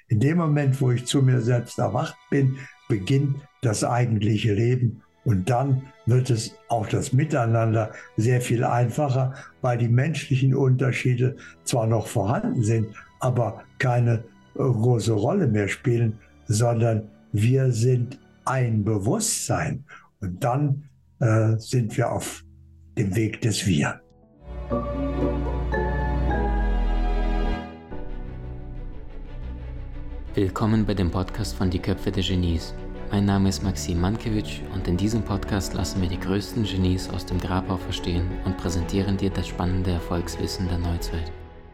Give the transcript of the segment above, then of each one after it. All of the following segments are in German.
In dem Moment, wo ich zu mir selbst erwacht bin, beginnt das eigentliche Leben. Und dann wird es auch das Miteinander sehr viel einfacher, weil die menschlichen Unterschiede zwar noch vorhanden sind, aber keine große Rolle mehr spielen, sondern wir sind ein Bewusstsein. Und dann sind wir auf dem Weg des Wir. Willkommen bei dem Podcast von Die Köpfe der Genies. Mein Name ist Maxim Mankewitsch und in diesem Podcast lassen wir die größten Genies aus dem Grabau verstehen und präsentieren dir das spannende Erfolgswissen der Neuzeit.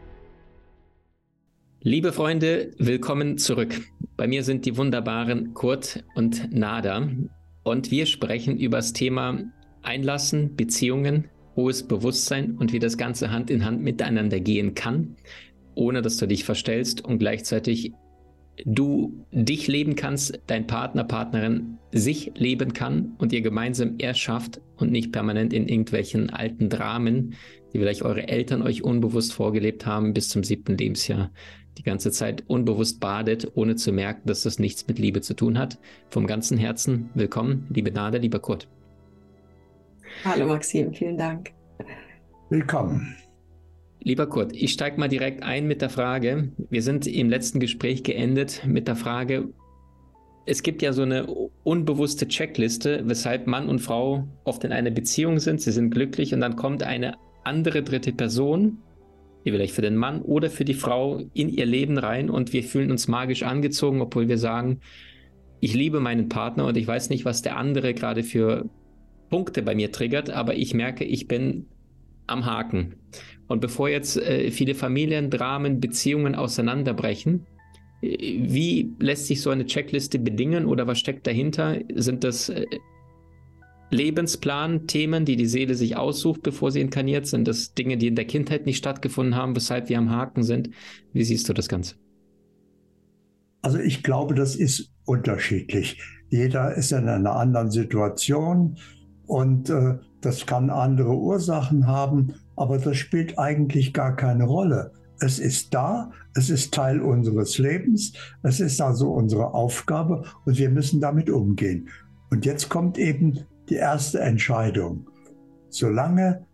Liebe Freunde, willkommen zurück. Bei mir sind die wunderbaren Kurt und Nada und wir sprechen über das Thema Einlassen, Beziehungen, hohes Bewusstsein und wie das Ganze Hand in Hand miteinander gehen kann, ohne dass du dich verstellst und gleichzeitig du dich leben kannst, dein Partner, Partnerin sich leben kann und ihr gemeinsam erschafft und nicht permanent in irgendwelchen alten Dramen, die vielleicht eure Eltern euch unbewusst vorgelebt haben, bis zum 7. Lebensjahr die ganze Zeit unbewusst badet, ohne zu merken, dass das nichts mit Liebe zu tun hat. Vom ganzen Herzen willkommen, liebe Nada, lieber Kurt. Hallo Maxim, vielen Dank. Willkommen. Lieber Kurt, ich steige mal direkt ein mit der Frage, wir sind im letzten Gespräch geendet mit der Frage, es gibt ja so eine unbewusste Checkliste, weshalb Mann und Frau oft in einer Beziehung sind, sie sind glücklich und dann kommt eine andere dritte Person, die vielleicht für den Mann oder für die Frau in ihr Leben rein und wir fühlen uns magisch angezogen, obwohl wir sagen, ich liebe meinen Partner und ich weiß nicht, was der andere gerade für Punkte bei mir triggert, aber ich merke, ich bin am Haken. Und bevor jetzt viele Familiendramen, Beziehungen auseinanderbrechen, wie lässt sich so eine Checkliste bedingen oder was steckt dahinter? Sind das Lebensplan-Themen, die die Seele sich aussucht, bevor sie inkarniert? Sind das Dinge, die in der Kindheit nicht stattgefunden haben, weshalb wir am Haken sind? Wie siehst du das Ganze? Also ich glaube, das ist unterschiedlich. Jeder ist in einer anderen Situation und das kann andere Ursachen haben, aber das spielt eigentlich gar keine Rolle. Es ist da, es ist Teil unseres Lebens, es ist also unsere Aufgabe und wir müssen damit umgehen. Und jetzt kommt eben die erste Entscheidung. Solange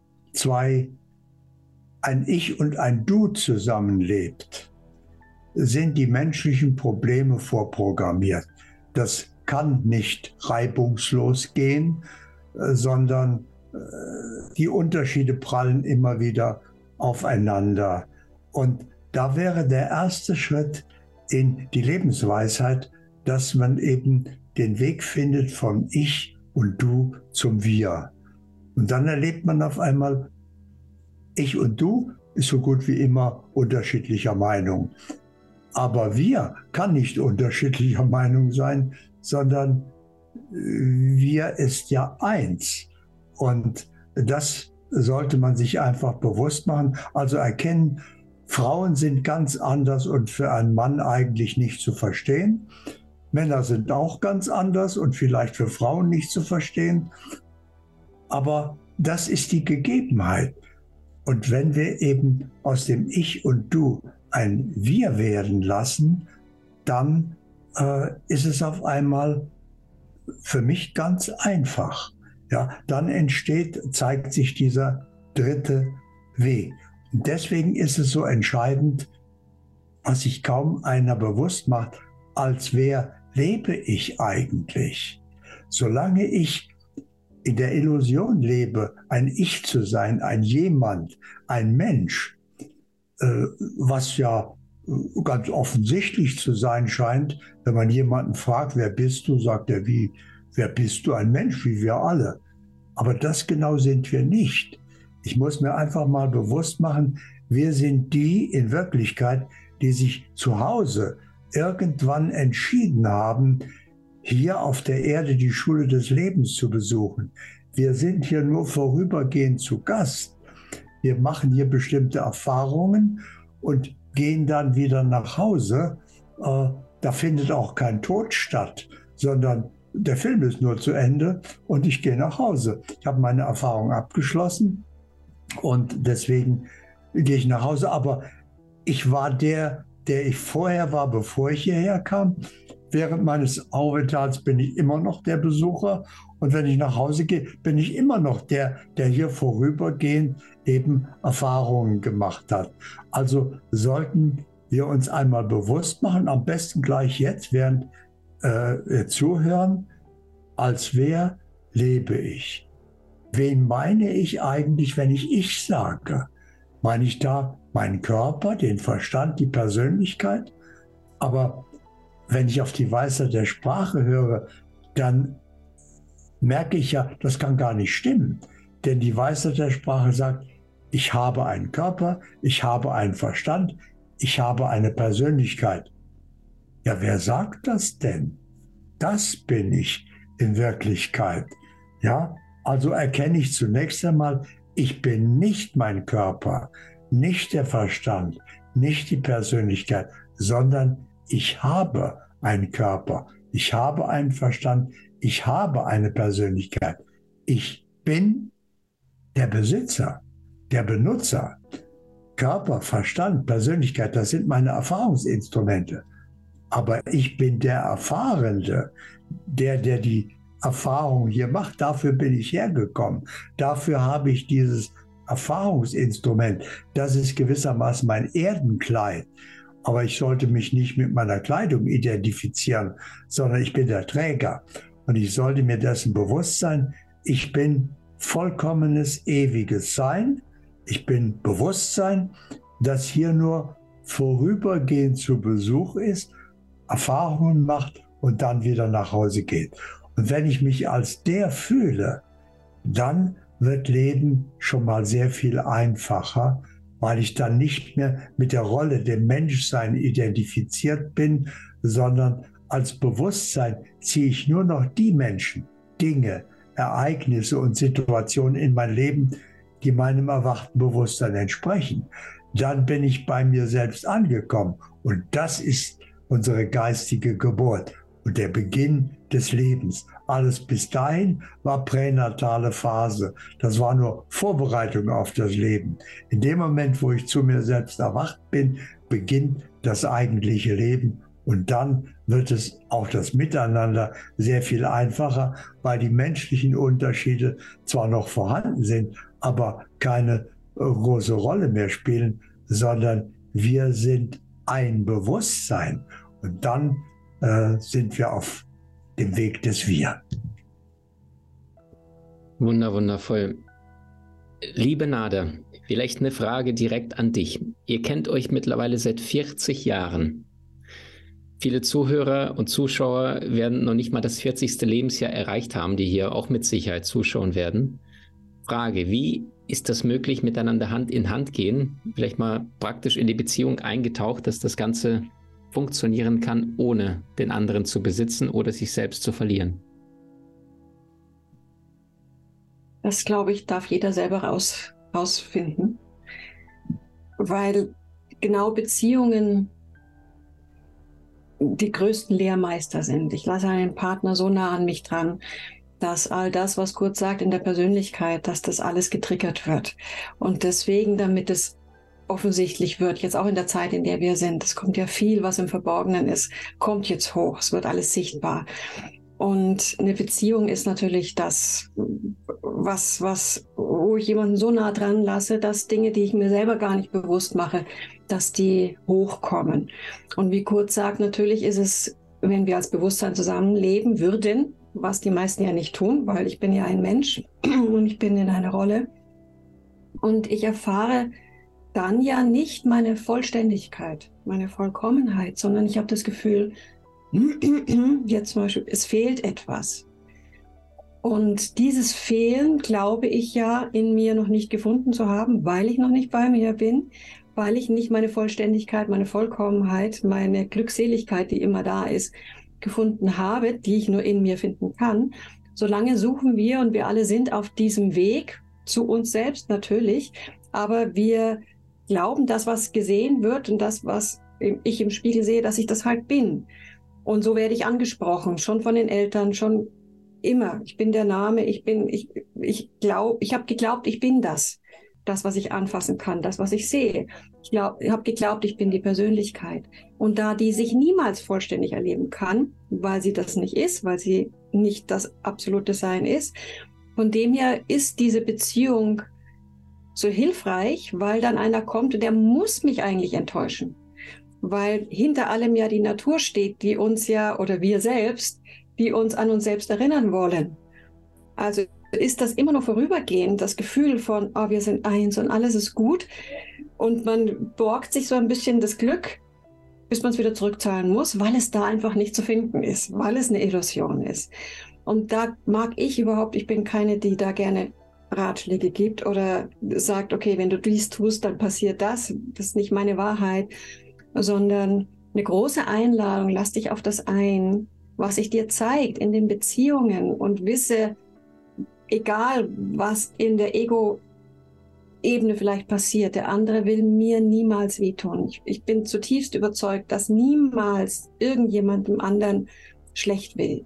ein Ich und ein Du zusammenlebt, sind die menschlichen Probleme vorprogrammiert. Das kann nicht reibungslos gehen, sondern die Unterschiede prallen immer wieder aufeinander. Und da wäre der erste Schritt in die Lebensweisheit, dass man eben den Weg findet vom Ich und Du zum Wir. Und dann erlebt man auf einmal, Ich und Du ist so gut wie immer unterschiedlicher Meinung. Aber Wir kann nicht unterschiedlicher Meinung sein, sondern Wir ist ja eins. Und das sollte man sich einfach bewusst machen. Also erkennen, Frauen sind ganz anders und für einen Mann eigentlich nicht zu verstehen. Männer sind auch ganz anders und vielleicht für Frauen nicht zu verstehen. Aber das ist die Gegebenheit. Und wenn wir eben aus dem Ich und Du ein Wir werden lassen, dann ist es auf einmal für mich ganz einfach. Ja, dann zeigt sich dieser dritte Weg. Und deswegen ist es so entscheidend, was sich kaum einer bewusst macht, als wer lebe ich eigentlich? Solange ich in der Illusion lebe, ein Ich zu sein, ein Jemand, ein Mensch, was ja ganz offensichtlich zu sein scheint, wenn man jemanden fragt, wer bist du, sagt er, wie, wer bist du? Ein Mensch, wie wir alle. Aber das genau sind wir nicht. Ich muss mir einfach mal bewusst machen, wir sind die in Wirklichkeit, die sich zu Hause irgendwann entschieden haben, hier auf der Erde die Schule des Lebens zu besuchen. Wir sind hier nur vorübergehend zu Gast. Wir machen hier bestimmte Erfahrungen und gehen dann wieder nach Hause. Da findet auch kein Tod statt, sondern der Film ist nur zu Ende und ich gehe nach Hause. Ich habe meine Erfahrung abgeschlossen und deswegen gehe ich nach Hause. Aber ich war der, der ich vorher war, bevor ich hierher kam. Während meines Aufenthalts bin ich immer noch der Besucher. Und wenn ich nach Hause gehe, bin ich immer noch der hier vorübergehend eben Erfahrungen gemacht hat. Also sollten wir uns einmal bewusst machen, am besten gleich jetzt, während wir zuhören, als wer lebe ich? Wen meine ich eigentlich, wenn ich sage? Meine ich da meinen Körper, den Verstand, die Persönlichkeit? Aber wenn ich auf die Weisheit der Sprache höre, dann merke ich ja, das kann gar nicht stimmen. Denn die Weisheit der Sprache sagt, ich habe einen Körper, ich habe einen Verstand, ich habe eine Persönlichkeit. Ja, wer sagt das denn? Das bin ich in Wirklichkeit. Ja, also erkenne ich zunächst einmal, ich bin nicht mein Körper, nicht der Verstand, nicht die Persönlichkeit, sondern ich habe einen Körper, ich habe einen Verstand, ich habe eine Persönlichkeit. Ich bin der Besitzer, der Benutzer. Körper, Verstand, Persönlichkeit, das sind meine Erfahrungsinstrumente. Aber ich bin der Erfahrende, der die Erfahrung hier macht. Dafür bin ich hergekommen. Dafür habe ich dieses Erfahrungsinstrument. Das ist gewissermaßen mein Erdenkleid. Aber ich sollte mich nicht mit meiner Kleidung identifizieren, sondern ich bin der Träger. Und ich sollte mir dessen bewusst sein, ich bin vollkommenes, ewiges Sein. Ich bin Bewusstsein, das hier nur vorübergehend zu Besuch ist, Erfahrungen macht und dann wieder nach Hause geht. Und wenn ich mich als der fühle, dann wird Leben schon mal sehr viel einfacher, weil ich dann nicht mehr mit der Rolle dem Menschsein identifiziert bin, sondern als Bewusstsein ziehe ich nur noch die Menschen, Dinge, Ereignisse und Situationen in mein Leben, die meinem erwachten Bewusstsein entsprechen. Dann bin ich bei mir selbst angekommen und das ist unsere geistige Geburt und der Beginn des Lebens. Alles bis dahin war pränatale Phase. Das war nur Vorbereitung auf das Leben. In dem Moment, wo ich zu mir selbst erwacht bin, beginnt das eigentliche Leben. Und dann wird es auch das Miteinander sehr viel einfacher, weil die menschlichen Unterschiede zwar noch vorhanden sind, aber keine große Rolle mehr spielen, sondern wir sind ein Bewusstsein. Und dann sind wir auf dem Weg des Wir. Wundervoll. Liebe Nada, vielleicht eine Frage direkt an dich. Ihr kennt euch mittlerweile seit 40 Jahren. Viele Zuhörer und Zuschauer werden noch nicht mal das 40. Lebensjahr erreicht haben, die hier auch mit Sicherheit zuschauen werden. Frage, wie ist das möglich, miteinander Hand in Hand gehen? Vielleicht mal praktisch in die Beziehung eingetaucht, dass das Ganze funktionieren kann, ohne den anderen zu besitzen oder sich selbst zu verlieren? Das, glaube ich, darf jeder selber rausfinden, weil genau Beziehungen die größten Lehrmeister sind. Ich lasse einen Partner so nah an mich dran, dass all das, was Kurt sagt in der Persönlichkeit, dass das alles getriggert wird. Und deswegen, damit es offensichtlich wird, jetzt auch in der Zeit, in der wir sind, es kommt ja viel, was im Verborgenen ist, kommt jetzt hoch, es wird alles sichtbar. Und eine Beziehung ist natürlich das, wo ich jemanden so nah dran lasse, dass Dinge, die ich mir selber gar nicht bewusst mache, dass die hochkommen. Und wie Kurt sagt, natürlich ist es, wenn wir als Bewusstsein zusammenleben würden, was die meisten ja nicht tun, weil ich bin ja ein Mensch und ich bin in einer Rolle. Und ich erfahre dann ja nicht meine Vollständigkeit, meine Vollkommenheit, sondern ich habe das Gefühl, jetzt zum Beispiel, es fehlt etwas. Und dieses Fehlen glaube ich ja in mir noch nicht gefunden zu haben, weil ich noch nicht bei mir bin, weil ich nicht meine Vollständigkeit, meine Vollkommenheit, meine Glückseligkeit, die immer da ist, gefunden habe, die ich nur in mir finden kann. Solange suchen wir und wir alle sind auf diesem Weg zu uns selbst natürlich, aber wir glauben, das, was gesehen wird und das, was ich im Spiegel sehe, dass ich das halt bin. Und so werde ich angesprochen, schon von den Eltern, schon immer. Ich bin der Name, ich habe geglaubt, ich bin das. das, was ich anfassen kann, das, was ich sehe. Ich habe geglaubt, ich bin die Persönlichkeit. Und da die sich niemals vollständig erleben kann, weil sie das nicht ist, weil sie nicht das absolute Sein ist, von dem her ist diese Beziehung so hilfreich, weil dann einer kommt und der muss mich eigentlich enttäuschen. Weil hinter allem ja die Natur steht, die uns ja, oder wir selbst, die uns an uns selbst erinnern wollen. Also ist das immer nur vorübergehend, das Gefühl von, oh, wir sind eins und alles ist gut. Und man borgt sich so ein bisschen das Glück, bis man es wieder zurückzahlen muss, weil es da einfach nicht zu finden ist, weil es eine Illusion ist. Und da mag ich überhaupt, ich bin keine, die da gerne Ratschläge gibt oder sagt, okay, wenn du dies tust, dann passiert das. Das ist nicht meine Wahrheit, sondern eine große Einladung, lass dich auf das ein, was sich dir zeigt in den Beziehungen und wisse, egal was in der Ego-Ebene vielleicht passiert, der andere will mir niemals wehtun. Ich bin zutiefst überzeugt, dass niemals irgendjemandem anderen schlecht will.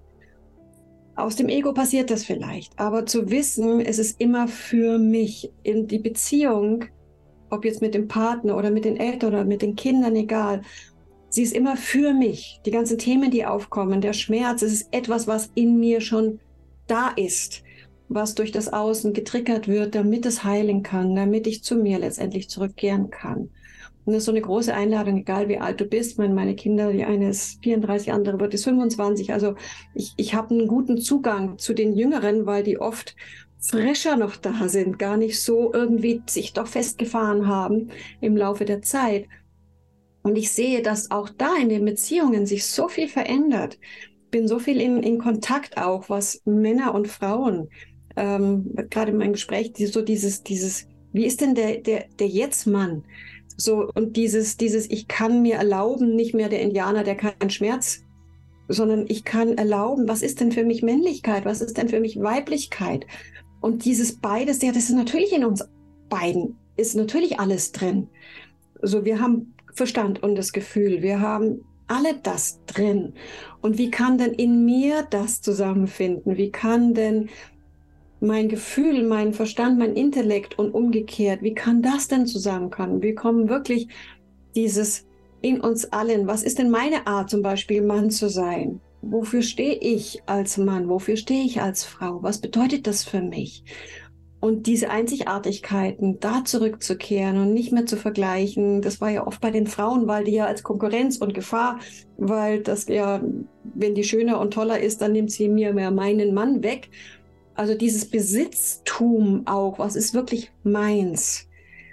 Aus dem Ego passiert das vielleicht, aber zu wissen, es ist immer für mich in die Beziehung, ob jetzt mit dem Partner oder mit den Eltern oder mit den Kindern, egal. Sie ist immer für mich. Die ganzen Themen, die aufkommen, der Schmerz, es ist etwas, was in mir schon da ist, was durch das Außen getriggert wird, damit es heilen kann, damit ich zu mir letztendlich zurückkehren kann. Und das ist so eine große Einladung, egal wie alt du bist. Meine Kinder, die eine ist 34, andere wird ist 25. Also ich habe einen guten Zugang zu den Jüngeren, weil die oft frischer noch da sind, gar nicht so irgendwie sich doch festgefahren haben im Laufe der Zeit. Und ich sehe, dass auch da in den Beziehungen sich so viel verändert. Ich bin so viel in Kontakt auch, was Männer und Frauen, gerade in meinem Gespräch, so dieses, wie ist denn der Jetzt-Mann? So, und dieses, ich kann mir erlauben, nicht mehr der Indianer, der keinen Schmerz, sondern ich kann erlauben, was ist denn für mich Männlichkeit? Was ist denn für mich Weiblichkeit? Und dieses beides, ja, das ist natürlich in uns beiden, ist natürlich alles drin. So, wir haben Verstand und das Gefühl, wir haben alle das drin. Und wie kann denn in mir das zusammenfinden? Wie kann denn mein Gefühl, mein Verstand, mein Intellekt und umgekehrt, wie kann das denn zusammenkommen? Wir kommen wirklich dieses in uns allen, was ist denn meine Art zum Beispiel, Mann zu sein? Wofür stehe ich als Mann? Wofür stehe ich als Frau? Was bedeutet das für mich? Und diese Einzigartigkeiten, da zurückzukehren und nicht mehr zu vergleichen, das war ja oft bei den Frauen, weil die ja als Konkurrenz und Gefahr, weil das ja, wenn die schöner und toller ist, dann nimmt sie mir mehr meinen Mann weg. Also dieses Besitztum auch, was ist wirklich meins,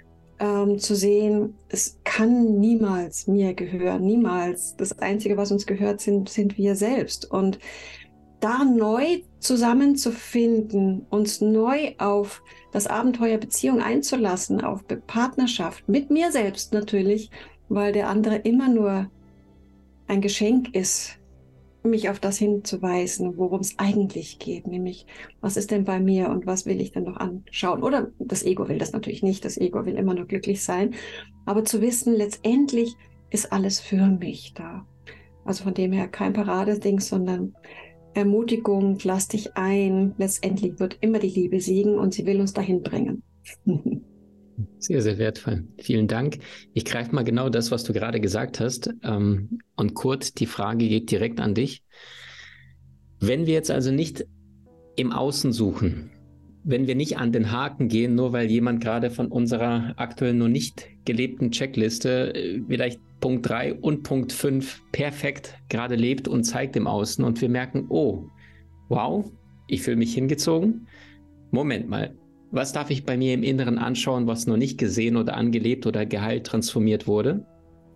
zu sehen, es kann niemals mir gehören, niemals. Das Einzige, was uns gehört, sind wir selbst. Und da neu zusammenzufinden, uns neu auf das Abenteuer Beziehung einzulassen, auf Partnerschaft, mit mir selbst natürlich, weil der andere immer nur ein Geschenk ist, mich auf das hinzuweisen, worum es eigentlich geht, nämlich, was ist denn bei mir und was will ich denn noch anschauen? Oder das Ego will das natürlich nicht, das Ego will immer nur glücklich sein, aber zu wissen, letztendlich ist alles für mich da. Also von dem her kein Paradeding, sondern Ermutigung, lass dich ein, letztendlich wird immer die Liebe siegen und sie will uns dahin bringen. Sehr, sehr wertvoll. Vielen Dank. Ich greife mal genau das, was du gerade gesagt hast. Und Kurt, die Frage geht direkt an dich. Wenn wir jetzt also nicht im Außen suchen, wenn wir nicht an den Haken gehen, nur weil jemand gerade von unserer aktuell noch nicht gelebten Checkliste vielleicht Punkt 3 und Punkt 5 perfekt gerade lebt und zeigt im Außen und wir merken, oh, wow, ich fühle mich hingezogen. Moment mal. Was darf ich bei mir im Inneren anschauen, was noch nicht gesehen oder angelebt oder geheilt, transformiert wurde?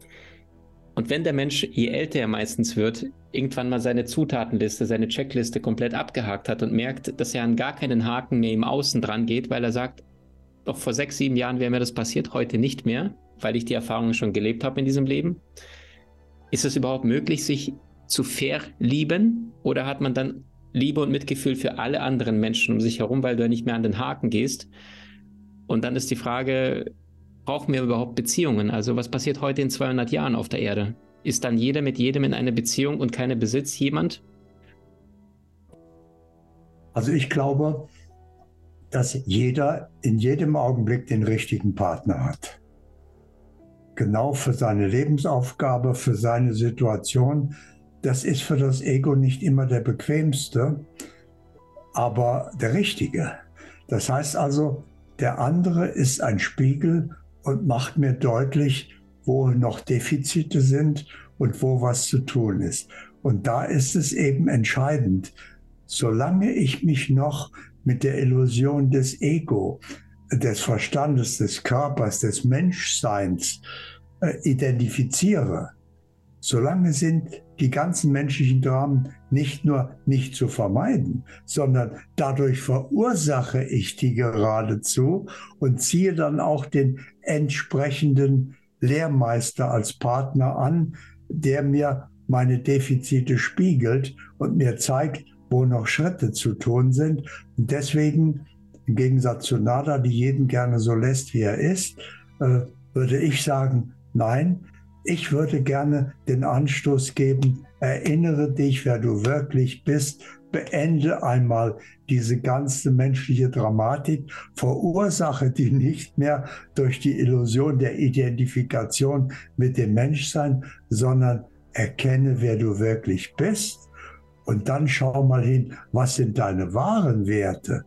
Und wenn der Mensch, je älter er meistens wird, irgendwann mal seine Zutatenliste, seine Checkliste komplett abgehakt hat und merkt, dass er an gar keinen Haken mehr im Außen dran geht, weil er sagt, doch vor 6, 7 Jahren wäre mir das passiert, heute nicht mehr, weil ich die Erfahrungen schon gelebt habe in diesem Leben. Ist es überhaupt möglich, sich zu verlieben? Oder hat man dann Liebe und Mitgefühl für alle anderen Menschen um sich herum, weil du ja nicht mehr an den Haken gehst? Und dann ist die Frage, brauchen wir überhaupt Beziehungen? Also was passiert heute in 200 Jahren auf der Erde? Ist dann jeder mit jedem in einer Beziehung und keine Besitz jemand? Also ich glaube, dass jeder in jedem Augenblick den richtigen Partner hat. Genau für seine Lebensaufgabe, für seine Situation. Das ist für das Ego nicht immer der bequemste, aber der richtige. Das heißt also, der andere ist ein Spiegel und macht mir deutlich, wo noch Defizite sind und wo was zu tun ist. Und da ist es eben entscheidend, solange ich mich noch mit der Illusion des Ego, des Verstandes, des Körpers, des Menschseins identifiziere, solange sind die ganzen menschlichen Dramen nicht nur nicht zu vermeiden, sondern dadurch verursache ich die geradezu und ziehe dann auch den entsprechenden Lehrmeister als Partner an, der mir meine Defizite spiegelt und mir zeigt, wo noch Schritte zu tun sind. Und deswegen, im Gegensatz zu Nada, die jeden gerne so lässt, wie er ist, würde ich sagen, nein, ich würde gerne den Anstoß geben, erinnere dich, wer du wirklich bist, beende einmal diese ganze menschliche Dramatik, verursache die nicht mehr durch die Illusion der Identifikation mit dem Menschsein, sondern erkenne, wer du wirklich bist. Und dann schau mal hin, was sind deine wahren Werte?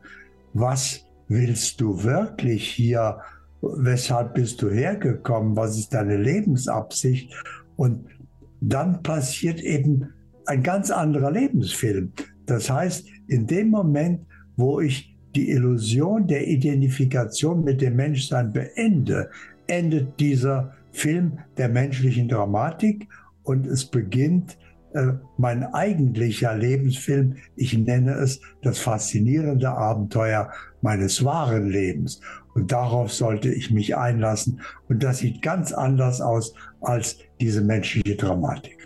Was willst du wirklich hier? Weshalb bist du hergekommen? Was ist deine Lebensabsicht? Und dann passiert eben ein ganz anderer Lebensfilm. Das heißt, in dem Moment, wo ich die Illusion der Identifikation mit dem Menschsein beende, endet dieser Film der menschlichen Dramatik und es beginnt mein eigentlicher Lebensfilm. Ich nenne es das faszinierende Abenteuer meines wahren Lebens. Und darauf sollte ich mich einlassen. Und das sieht ganz anders aus als diese menschliche Dramatik.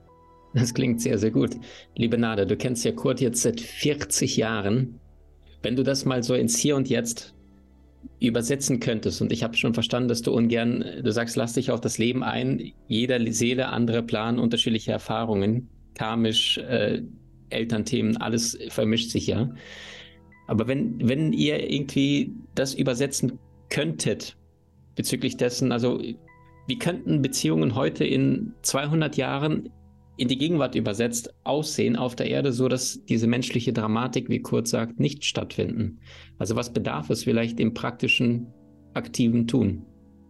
Das klingt sehr, sehr gut. Liebe Nada, du kennst ja Kurt jetzt seit 40 Jahren. Wenn du das mal so ins Hier und Jetzt übersetzen könntest, und ich habe schon verstanden, dass du ungern, du sagst, lass dich auf das Leben ein, jeder Seele, andere Plan, unterschiedliche Erfahrungen, karmisch, Elternthemen, alles vermischt sich ja. Aber wenn ihr irgendwie das übersetzen könntet, bezüglich dessen, also wie könnten Beziehungen heute in 200 Jahren in die Gegenwart übersetzt aussehen auf der Erde, so dass diese menschliche Dramatik, wie Kurt sagt, nicht stattfinden? Also was bedarf es vielleicht im praktischen, aktiven Tun?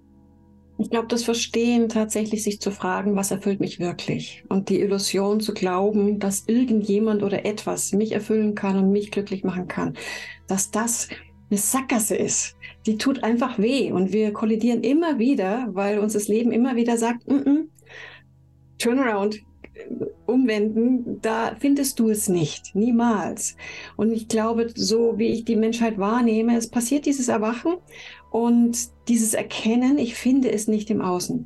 Ich glaube, das Verstehen tatsächlich, sich zu fragen, was erfüllt mich wirklich? Und die Illusion zu glauben, dass irgendjemand oder etwas mich erfüllen kann und mich glücklich machen kann, dass das eine Sackgasse ist. Die tut einfach weh und wir kollidieren immer wieder, weil uns das Leben immer wieder sagt, Turnaround, umwenden, da findest du es nicht, niemals. Und ich glaube, so wie ich die Menschheit wahrnehme, es passiert dieses Erwachen und dieses Erkennen, ich finde es nicht im Außen.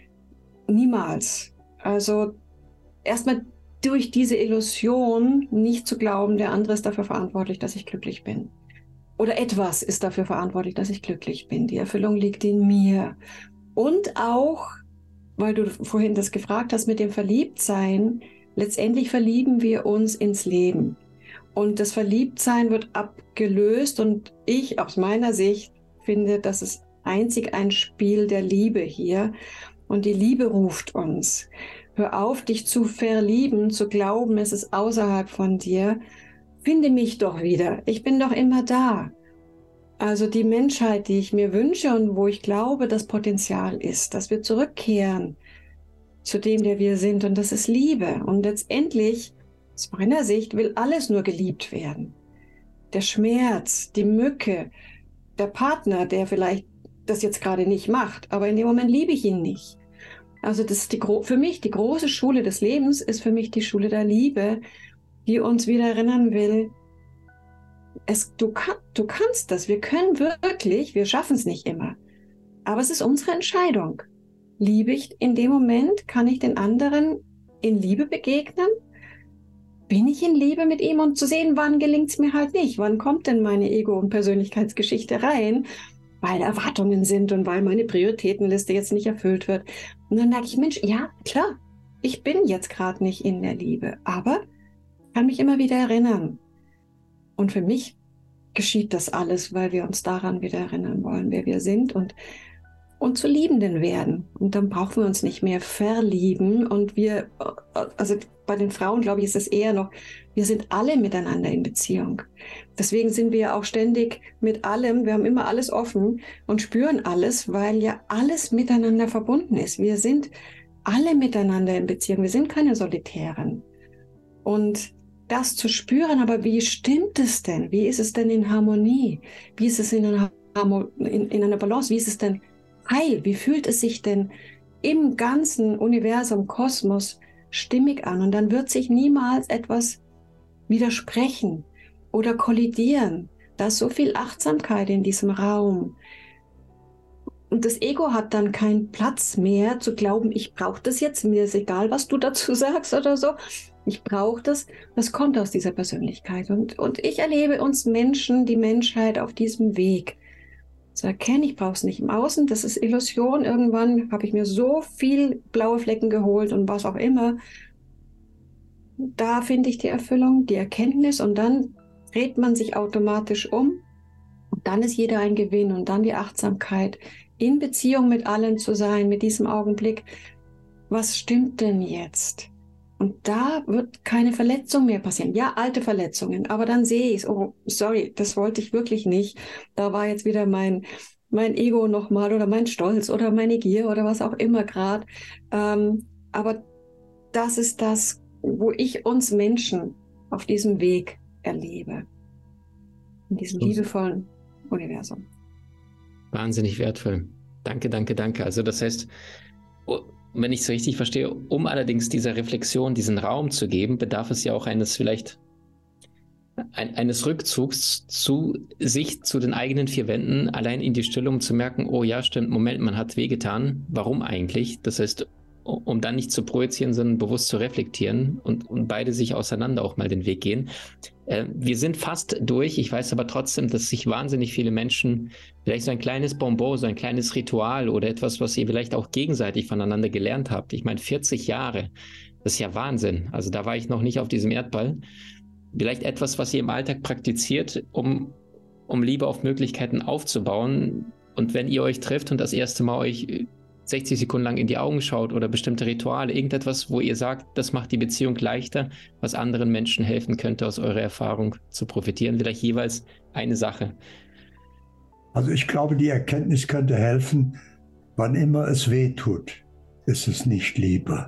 Niemals. Also erstmal durch diese Illusion nicht zu glauben, der andere ist dafür verantwortlich, dass ich glücklich bin. Oder etwas ist dafür verantwortlich, dass ich glücklich bin. Die Erfüllung liegt in mir. Und auch, weil du vorhin das gefragt hast mit dem Verliebtsein, letztendlich verlieben wir uns ins Leben. Und das Verliebtsein wird abgelöst und ich aus meiner Sicht finde, das ist einzig ein Spiel der Liebe hier. Und die Liebe ruft uns. Hör auf, dich zu verlieben, zu glauben, es ist außerhalb von dir. Finde mich doch wieder. Ich bin doch immer da. Also die Menschheit, die ich mir wünsche und wo ich glaube, das Potenzial ist, dass wir zurückkehren zu dem, der wir sind. Und das ist Liebe. Und letztendlich, aus meiner Sicht, will alles nur geliebt werden. Der Schmerz, die Mücke, der Partner, der vielleicht das jetzt gerade nicht macht, aber in dem Moment liebe ich ihn nicht. Also das ist für mich die große Schule des Lebens, ist für mich die Schule der Liebe, die uns wieder erinnern will, du kannst das, wir können wirklich, wir schaffen es nicht immer, aber es ist unsere Entscheidung. Liebe ich in dem Moment, kann ich den anderen in Liebe begegnen? Bin ich in Liebe mit ihm? Und zu sehen, wann gelingt es mir halt nicht, wann kommt denn meine Ego- und Persönlichkeitsgeschichte rein, weil Erwartungen sind und weil meine Prioritätenliste jetzt nicht erfüllt wird. Und dann merke ich, Mensch, ja, klar, ich bin jetzt gerade nicht in der Liebe, aber kann mich immer wieder erinnern. Und für mich geschieht das alles, weil wir uns daran wieder erinnern wollen, wer wir sind und zu Liebenden werden. Und dann brauchen wir uns nicht mehr verlieben. Und wir, also bei den Frauen, glaube ich, ist es eher noch, wir sind alle miteinander in Beziehung. Deswegen sind wir ja auch ständig mit allem, wir haben immer alles offen und spüren alles, weil ja alles miteinander verbunden ist. Wir sind alle miteinander in Beziehung. Wir sind keine Solitären. Und das zu spüren, aber wie stimmt es denn? Wie ist es denn in Harmonie? Wie ist es in einer Balance? Wie ist es denn heil? Wie fühlt es sich denn im ganzen Universum, Kosmos stimmig an? Und dann wird sich niemals etwas widersprechen oder kollidieren. Da ist so viel Achtsamkeit in diesem Raum. Und das Ego hat dann keinen Platz mehr zu glauben, ich brauche das jetzt, mir ist egal, was du dazu sagst oder so. Ich brauche das. Das kommt aus dieser Persönlichkeit. Und ich erlebe uns Menschen, die Menschheit auf diesem Weg zu erkennen, ich brauche es nicht im Außen, das ist Illusion. Irgendwann habe ich mir so viel blaue Flecken geholt und was auch immer. Da finde ich die Erfüllung, die Erkenntnis und dann dreht man sich automatisch um und dann ist jeder ein Gewinn und dann die Achtsamkeit, in Beziehung mit allen zu sein, mit diesem Augenblick. Was stimmt denn jetzt? Und da wird keine Verletzung mehr passieren. Ja, alte Verletzungen, aber dann sehe ich es. Oh, sorry, das wollte ich wirklich nicht. Da war jetzt wieder mein Ego nochmal oder mein Stolz oder meine Gier oder was auch immer gerade. Aber das ist das, wo ich uns Menschen auf diesem Weg erlebe. In diesem liebevollen Universum. Wahnsinnig wertvoll. Danke, danke, danke. Also das heißt, wenn ich es richtig verstehe, um allerdings dieser Reflexion diesen Raum zu geben, bedarf es ja auch eines Rückzugs zu sich, zu den eigenen vier Wänden, allein in die Stille, um zu merken, oh ja, stimmt, Moment, man hat wehgetan. Warum eigentlich? Das heißt, um dann nicht zu projizieren, sondern bewusst zu reflektieren und beide sich auseinander auch mal den Weg gehen. Wir sind fast durch. Ich weiß aber trotzdem, dass sich wahnsinnig viele Menschen vielleicht so ein kleines Bonbon, so ein kleines Ritual oder etwas, was ihr vielleicht auch gegenseitig voneinander gelernt habt. Ich meine, 40 Jahre, das ist ja Wahnsinn. Also da war ich noch nicht auf diesem Erdball. Vielleicht etwas, was ihr im Alltag praktiziert, um Liebe auf Möglichkeiten aufzubauen. Und wenn ihr euch trifft und das erste Mal euch 60 Sekunden lang in die Augen schaut oder bestimmte Rituale, irgendetwas, wo ihr sagt, das macht die Beziehung leichter, was anderen Menschen helfen könnte, aus eurer Erfahrung zu profitieren, vielleicht jeweils eine Sache. Also ich glaube, die Erkenntnis könnte helfen, wann immer es weh tut, ist es nicht Liebe,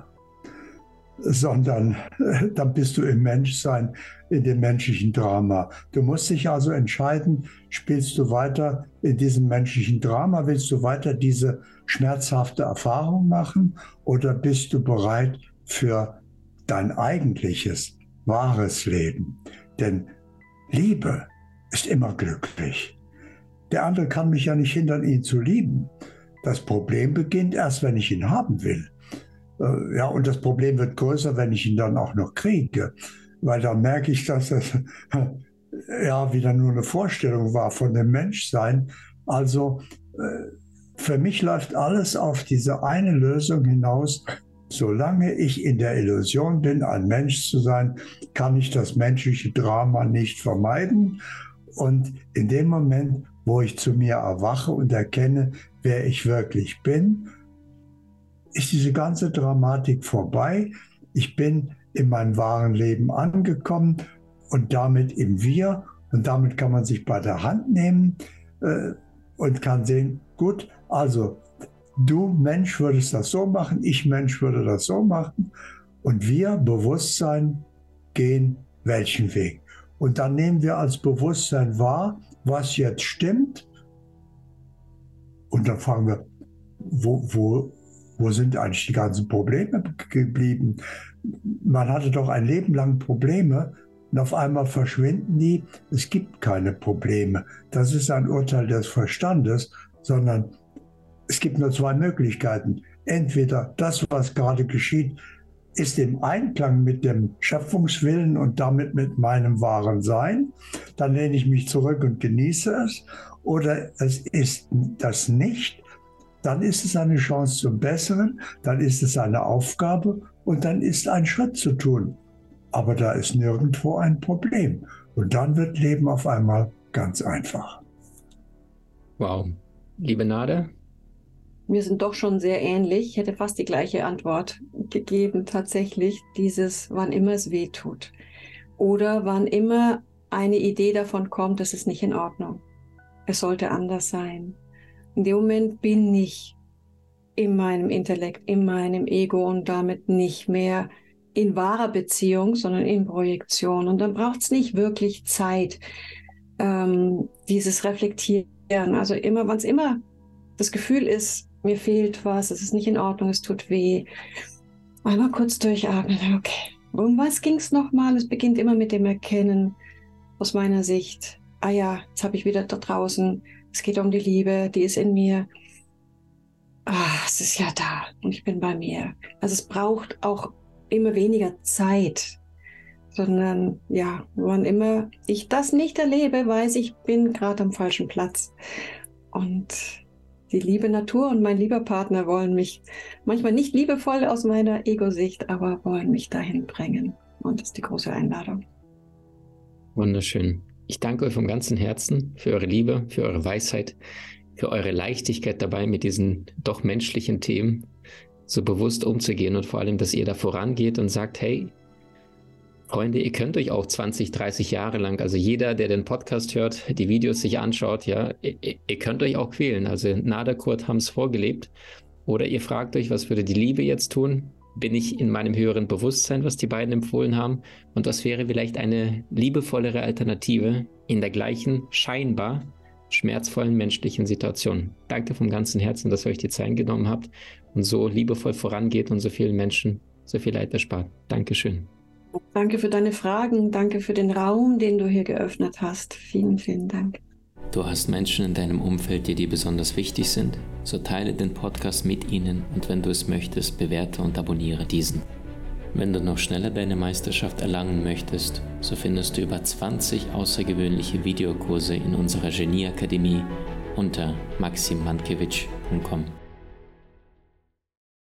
sondern dann bist du im Menschsein, in dem menschlichen Drama. Du musst dich also entscheiden, spielst du weiter in diesem menschlichen Drama, willst du weiter diese schmerzhafte Erfahrung machen oder bist du bereit für dein eigentliches, wahres Leben? Denn Liebe ist immer glücklich. Der andere kann mich ja nicht hindern, ihn zu lieben. Das Problem beginnt erst, wenn ich ihn haben will. Ja, und das Problem wird größer, wenn ich ihn dann auch noch kriege, weil dann merke ich, dass das ja wieder nur eine Vorstellung war von dem Menschsein. Also für mich läuft alles auf diese eine Lösung hinaus. Solange ich in der Illusion bin, ein Mensch zu sein, kann ich das menschliche Drama nicht vermeiden. Und in dem Moment, wo ich zu mir erwache und erkenne, wer ich wirklich bin, ist diese ganze Dramatik vorbei. Ich bin in meinem wahren Leben angekommen und damit im Wir. Und damit kann man sich bei der Hand nehmen und kann sehen, gut, also du Mensch würdest das so machen, ich Mensch würde das so machen. Und wir, Bewusstsein, gehen welchen Weg. Und dann nehmen wir als Bewusstsein wahr, was jetzt stimmt. Und dann fragen wir, wo sind eigentlich die ganzen Probleme geblieben? Man hatte doch ein Leben lang Probleme und auf einmal verschwinden die. Es gibt keine Probleme. Das ist ein Urteil des Verstandes, sondern es gibt nur zwei Möglichkeiten. Entweder das, was gerade geschieht, ist im Einklang mit dem Schöpfungswillen und damit mit meinem wahren Sein. Dann lehne ich mich zurück und genieße es. Oder es ist das nicht. Dann ist es eine Chance zum Besseren, dann ist es eine Aufgabe und dann ist ein Schritt zu tun. Aber da ist nirgendwo ein Problem. Und dann wird Leben auf einmal Ganz einfach. Wow. Liebe Nade? Wir sind doch schon sehr ähnlich. Ich hätte fast die gleiche Antwort gegeben, tatsächlich. Dieses, wann immer es weh tut. Oder wann immer eine Idee davon kommt, das ist nicht in Ordnung. Es sollte anders sein. In dem Moment bin ich in meinem Intellekt, in meinem Ego und damit nicht mehr in wahrer Beziehung, sondern in Projektion. Und dann braucht es nicht wirklich Zeit, dieses Reflektieren. Also immer, wann es immer das Gefühl ist, mir fehlt was, es ist nicht in Ordnung, es tut weh. Einmal kurz durchatmen, okay. Um was ging es nochmal? Es beginnt immer mit dem Erkennen aus meiner Sicht. Ah ja, jetzt habe ich wieder da draußen. Es geht um die Liebe, die ist in mir. Ah, es ist ja da und ich bin bei mir. Also es braucht auch immer weniger Zeit, sondern ja, wann immer ich das nicht erlebe, weiß ich, bin gerade am falschen Platz. Und die liebe Natur und mein lieber Partner wollen mich manchmal nicht liebevoll aus meiner Ego-Sicht, aber wollen mich dahin bringen. Und das ist die große Einladung. Wunderschön. Ich danke euch vom ganzen Herzen für eure Liebe, für eure Weisheit, für eure Leichtigkeit dabei, mit diesen doch menschlichen Themen so bewusst umzugehen und vor allem, dass ihr da vorangeht und sagt, hey, Freunde, ihr könnt euch auch 20, 30 Jahre lang, also jeder, der den Podcast hört, die Videos sich anschaut, ja, ihr könnt euch auch quälen. Also Nada, Kurt haben es vorgelebt. Oder ihr fragt euch, was würde die Liebe jetzt tun? Bin ich in meinem höheren Bewusstsein, was die beiden empfohlen haben? Und das wäre vielleicht eine liebevollere Alternative in der gleichen, scheinbar schmerzvollen menschlichen Situation. Danke vom ganzen Herzen, dass ihr euch die Zeit genommen habt und so liebevoll vorangeht und so vielen Menschen so viel Leid erspart. Dankeschön. Danke für deine Fragen, danke für den Raum, den du hier geöffnet hast. Vielen, vielen Dank. Du hast Menschen in deinem Umfeld, die dir besonders wichtig sind? So teile den Podcast mit ihnen und wenn du es möchtest, bewerte und abonniere diesen. Wenn du noch schneller deine Meisterschaft erlangen möchtest, so findest du über 20 außergewöhnliche Videokurse in unserer Genieakademie unter maximmankiewicz.com.